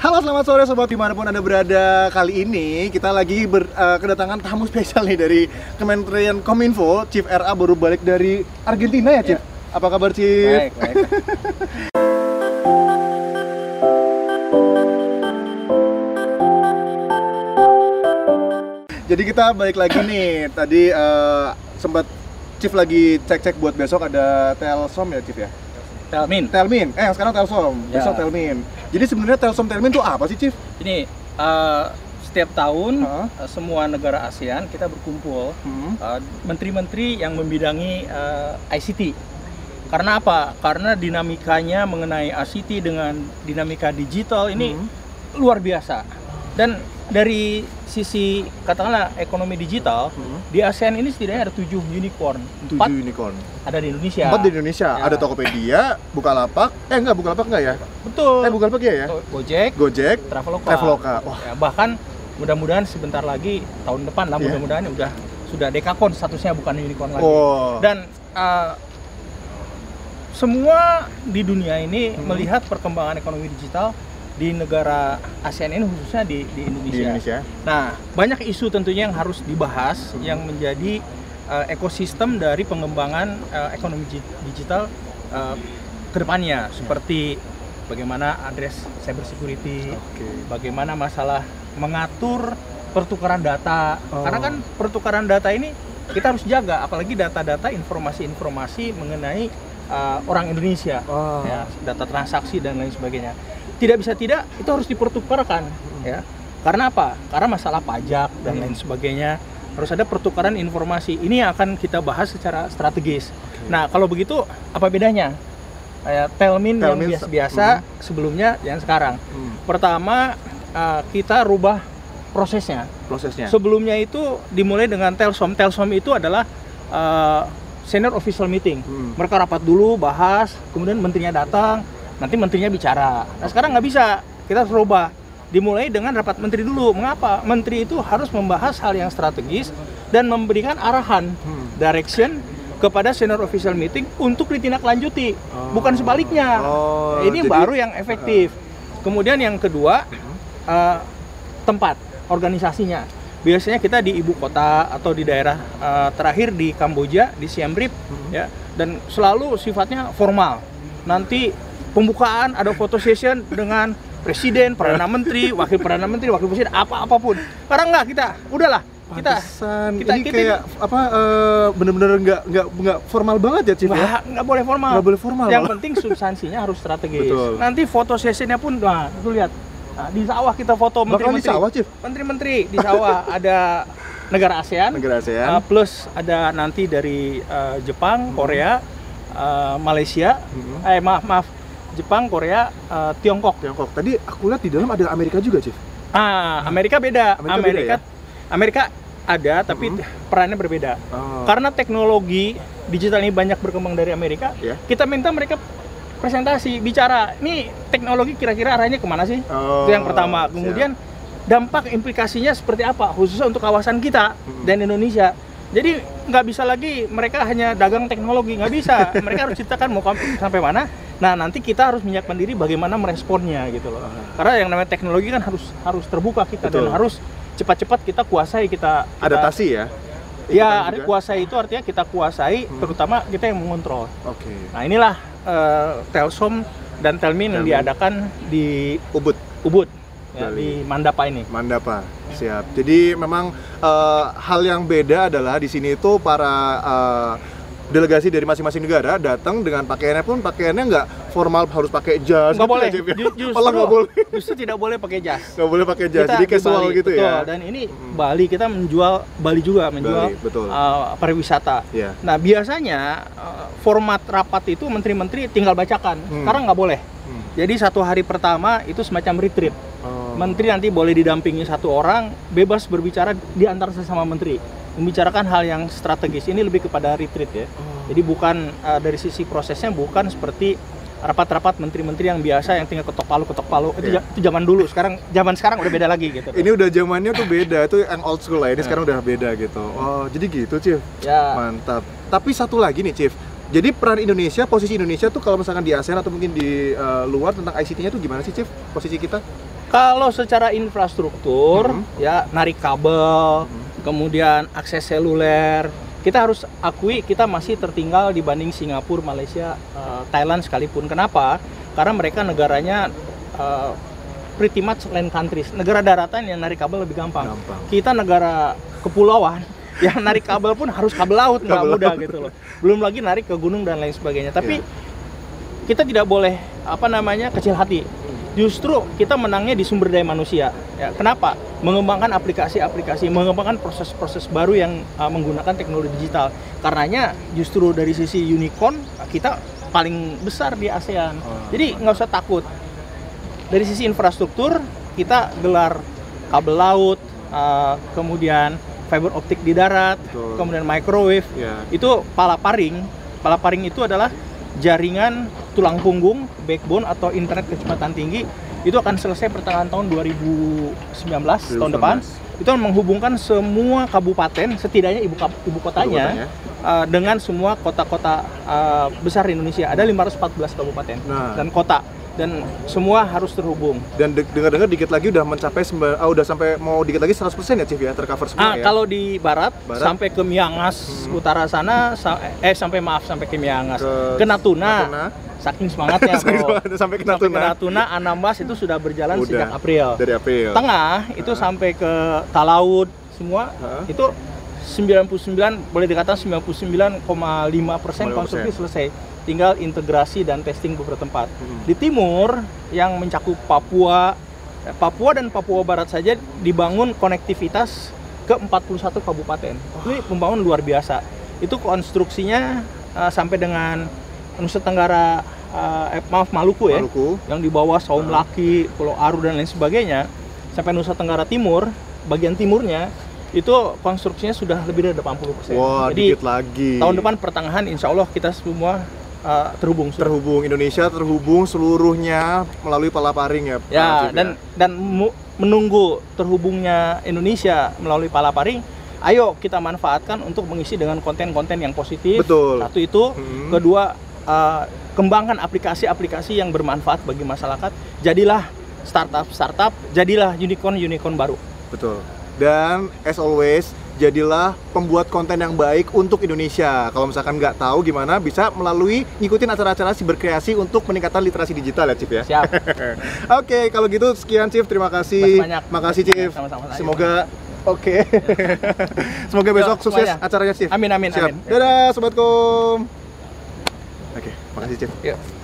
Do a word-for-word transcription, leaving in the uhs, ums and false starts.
Halo, selamat sore sobat dimanapun Anda berada. Kali ini kita lagi ber, uh, kedatangan tamu spesial nih dari Kementerian Kominfo. Chief R A baru balik dari Argentina ya, Chief? Ya. Apa kabar, Chief? Baik, baik. Jadi kita balik lagi nih. Tadi uh, sempat Chief lagi cek-cek buat besok ada Telsom ya, Chief ya? Telmin. Telmin. Eh, yang sekarang Telsom. Ya. Besok Telmin. Jadi sebenarnya Telsom Telmin itu apa sih, Chief? Ini uh, setiap tahun huh? uh, semua negara ASEAN kita berkumpul Hmm. uh, menteri-menteri yang membidangi uh, I C T. Karena apa? Karena dinamikanya mengenai I C T dengan dinamika digital ini Hmm. luar biasa. Dan dari sisi katakanlah ekonomi digital, hmm. di ASEAN ini setidaknya ada tujuh unicorn. Tujuh Empat unicorn. ada di Indonesia. Empat di Indonesia. Ya. Ada Tokopedia, Bukalapak. Eh enggak, Bukalapak enggak ya? Betul. Eh Bukalapak ya ya? Gojek, Gojek, Traveloka. Traveloka. Wah. Ya, bahkan mudah-mudahan sebentar lagi tahun depan lah, Yeah. mudah-mudahan udah sudah dekakon statusnya, bukan unicorn lagi. Oh. Dan uh, semua di dunia ini Hmm. melihat perkembangan ekonomi digital di negara ASEAN ini, khususnya di, di Indonesia. Di Indonesia. Nah, banyak isu tentunya yang harus dibahas Hmm. yang menjadi uh, ekosistem dari pengembangan uh, ekonomi digital uh, ke depannya, seperti bagaimana address cyber security, Okay. bagaimana masalah mengatur pertukaran data. Oh. Karena kan pertukaran data ini kita harus jaga, apalagi data-data informasi-informasi mengenai uh, orang Indonesia, Oh. ya, data transaksi dan lain sebagainya. Tidak bisa tidak, itu harus dipertukarkan, Hmm. ya. Karena apa? Karena masalah pajak dan Hmm. lain sebagainya. Harus ada pertukaran informasi. Ini yang akan kita bahas secara strategis. Okay. Nah, kalau begitu apa bedanya? Kayak Telmin, yang Telmin, biasa-biasa hmm. sebelumnya yang sekarang. Hmm. Pertama, uh, kita rubah prosesnya. Prosesnya. Sebelumnya itu dimulai dengan Telsom. Telsom itu adalah uh, senior official meeting. Hmm. Mereka rapat dulu, bahas, kemudian menterinya datang, nanti menterinya bicara. Nah, sekarang nggak bisa, kita harus rubah. Dimulai dengan rapat menteri dulu. Mengapa? Menteri itu harus membahas hal yang strategis dan memberikan arahan, Hmm. direction kepada senior official meeting untuk ditindaklanjuti, Oh. bukan sebaliknya. Oh, Ini jadi- baru yang efektif. Kemudian yang kedua, uh, tempat organisasinya. Biasanya kita di ibu kota atau di daerah uh, terakhir di Kamboja, di Siem Reap, Hmm. ya, dan selalu sifatnya formal. Nanti pembukaan ada foto session dengan presiden, perdana menteri, wakil perdana menteri, wakil presiden, apa-apapun. Sekarang enggak, kita udahlah. Kita Pantesan. kita ini kita kayak apa uh, bener-bener nggak nggak nggak formal banget ya, Chief ya? Wah, nggak boleh formal. Nggak boleh formal. Yang malah. penting substansinya harus strategis. Betul. Nanti foto sessionnya pun, nah, tuh lihat. Nah, di sawah kita foto Bakal di menteri-menteri. sawah, Chief? Menteri-menteri di sawah. Ada negara ASEAN. Negara ASEAN. uh, plus ada nanti dari uh, Jepang, Hmm. Korea, uh, Malaysia. Hmm. Eh maaf maaf, Jepang, Korea, uh, Tiongkok. Tiongkok. Tadi aku lihat di dalam ada Amerika juga, Chief. Ah, Amerika beda. Amerika Amerika, beda ya? Amerika ada, tapi Hmm. perannya berbeda. Oh. Karena teknologi digital ini banyak berkembang dari Amerika, Ya. kita minta mereka presentasi, bicara. Ini teknologi kira-kira arahnya kemana sih? Oh, Itu yang pertama. siap. Kemudian dampak implikasinya seperti apa, khususnya untuk kawasan kita Hmm. dan Indonesia. Jadi nggak bisa lagi mereka hanya dagang teknologi, nggak bisa. Mereka harus ceritakan mau sampai mana. Nah, nanti kita harus menyiapkan diri bagaimana meresponnya gitu loh. Karena yang namanya teknologi kan harus harus terbuka kita. Betul. Dan harus cepat-cepat kita kuasai, kita, kita Adaptasi ya. ya, Ikutan ada juga. kuasai itu artinya kita kuasai, Hmm. terutama kita yang mengontrol. Oke. Nah, inilah eh, Telsom dan Telmin yang Telmin. diadakan di Ubud, Ubud, ya, Bali. di Mandapa ini. Mandapa. Siap. Jadi memang eh, hal yang beda adalah di sini itu para eh, delegasi dari masing-masing negara datang dengan pakaiannya pun pakaiannya nggak formal, harus pakai jas. Nggak gitu boleh, ya, Chief, ya? Ju- justru, Malah nggak boleh. justru tidak boleh pakai jas. Nggak boleh pakai jas. Kita Jadi di casual Bali, gitu betul. ya. Dan ini Hmm. Bali, kita menjual Bali juga menjual Bali, betul. uh, pariwisata. Iya. Nah, biasanya uh, format rapat itu menteri-menteri tinggal bacakan. Hmm. Sekarang nggak boleh. Hmm. Jadi satu hari pertama itu semacam retreat. Oh. Menteri nanti boleh didampingi satu orang, bebas berbicara di antara sesama menteri, membicarakan hal yang strategis. Ini lebih kepada retreat ya. Oh. Jadi bukan uh, dari sisi prosesnya bukan seperti rapat-rapat menteri-menteri yang biasa yang tinggal ketok palu ketok palu. Itu, Iya. ja- itu zaman dulu. Sekarang zaman sekarang udah beda lagi gitu. Ini udah zamannya tuh beda, itu yang old school lah. Ini sekarang udah beda gitu. Oh, jadi gitu, Chief. Ya. Mantap. Tapi satu lagi nih, Chief. Jadi peran Indonesia, posisi Indonesia tuh kalau misalkan di ASEAN atau mungkin di uh, luar tentang I C T-nya tuh gimana sih, Chief? Posisi kita? Kalau secara infrastruktur, Mhm. ya narik kabel, Mhm. kemudian akses seluler, kita harus akui kita masih tertinggal dibanding Singapura, Malaysia, eh, Thailand sekalipun. Kenapa? Karena mereka negaranya eh, pretty much land countries. Negara daratan yang narik kabel lebih gampang. Gampang. Kita negara kepulauan yang narik kabel pun harus kabel laut, nggak Kabel mudah laut. gitu loh. Belum lagi narik ke gunung dan lain sebagainya. Tapi kita tidak boleh apa namanya kecil hati. Justru kita menangnya di sumber daya manusia. Ya, kenapa? Mengembangkan aplikasi-aplikasi, mengembangkan proses-proses baru yang uh, menggunakan teknologi digital. Karenanya justru dari sisi unicorn kita paling besar di ASEAN. Oh. Jadi nggak usah takut. Dari sisi infrastruktur kita gelar kabel laut, uh, kemudian fiber optik di darat, Betul. kemudian microwave. Ya. Itu palaparing. Palaparing itu adalah jaringan tulang punggung, backbone atau internet kecepatan tinggi. Itu akan selesai pertengahan tahun dua ribu sembilan belas, tahun depan. Itu akan menghubungkan semua kabupaten, setidaknya ibu, ibu kotanya, uh, dengan semua kota-kota uh, besar di Indonesia. Ada lima ratus empat belas kabupaten Nah. dan kota. Dan semua harus terhubung. Dan de- dengar-dengar dikit lagi udah mencapai semba- ah, udah sampai mau dikit lagi seratus persen ya Chief ya, tercover Ah, semua ya. kalau di barat, Barat. sampai ke Miangas Hmm. utara sana, sa- eh sampai maaf sampai ke Miangas, Ke ke, Natuna. Natuna. Saking semangatnya Sampai bro. ke- sampai ke Sampai Natuna. ke Natuna, Anambas itu sudah berjalan Udah, sejak April. Dari April. Tengah itu sampai ke Talaud semua Hah? itu sembilan puluh sembilan, boleh dikatakan sembilan puluh sembilan koma lima persen lima konstruksi persen. selesai. Tinggal integrasi dan testing beberapa tempat. Hmm. Di timur yang mencakup Papua, eh, Papua dan Papua Barat saja dibangun konektivitas ke empat puluh satu kabupaten. Ini pembangunan luar biasa. Itu konstruksinya eh, sampai dengan Nusa Tenggara, eh, eh, maaf Maluku ya, Maluku. yang di bawah Saum Laki, Pulau Aru dan lain sebagainya, sampai Nusa Tenggara Timur, bagian timurnya itu konstruksinya sudah lebih dari delapan puluh persen. Wah, Jadi dikit lagi. tahun depan pertengahan insya Allah kita semua uh, terhubung. sudah. terhubung Indonesia terhubung seluruhnya melalui Palaparing ya. Pak Ya, Chief, dan dan mu- menunggu terhubungnya Indonesia melalui Palaparing, ayo kita manfaatkan untuk mengisi dengan konten-konten yang positif. Betul. Satu itu, Hmm. kedua uh, kembangkan aplikasi-aplikasi yang bermanfaat bagi masyarakat. Jadilah startup-startup, jadilah unicorn-unicorn baru. Betul. Dan as always, jadilah pembuat konten yang baik untuk Indonesia. Kalau misalkan nggak tahu gimana, bisa melalui ngikutin acara-acara siberkreasi untuk peningkatan literasi digital ya, Chief ya. Siap. Oke, kalau gitu sekian Chief, terima kasih. Masih banyak. Makasih Masih Chief. banyak, sama-sama. Ayo, Semoga oke. Semoga besok Yuk, sukses semuanya. acaranya Chief. Amin, amin, Siap. amin. Dadah sobatkom. Oke, makasih Chief. Yuk.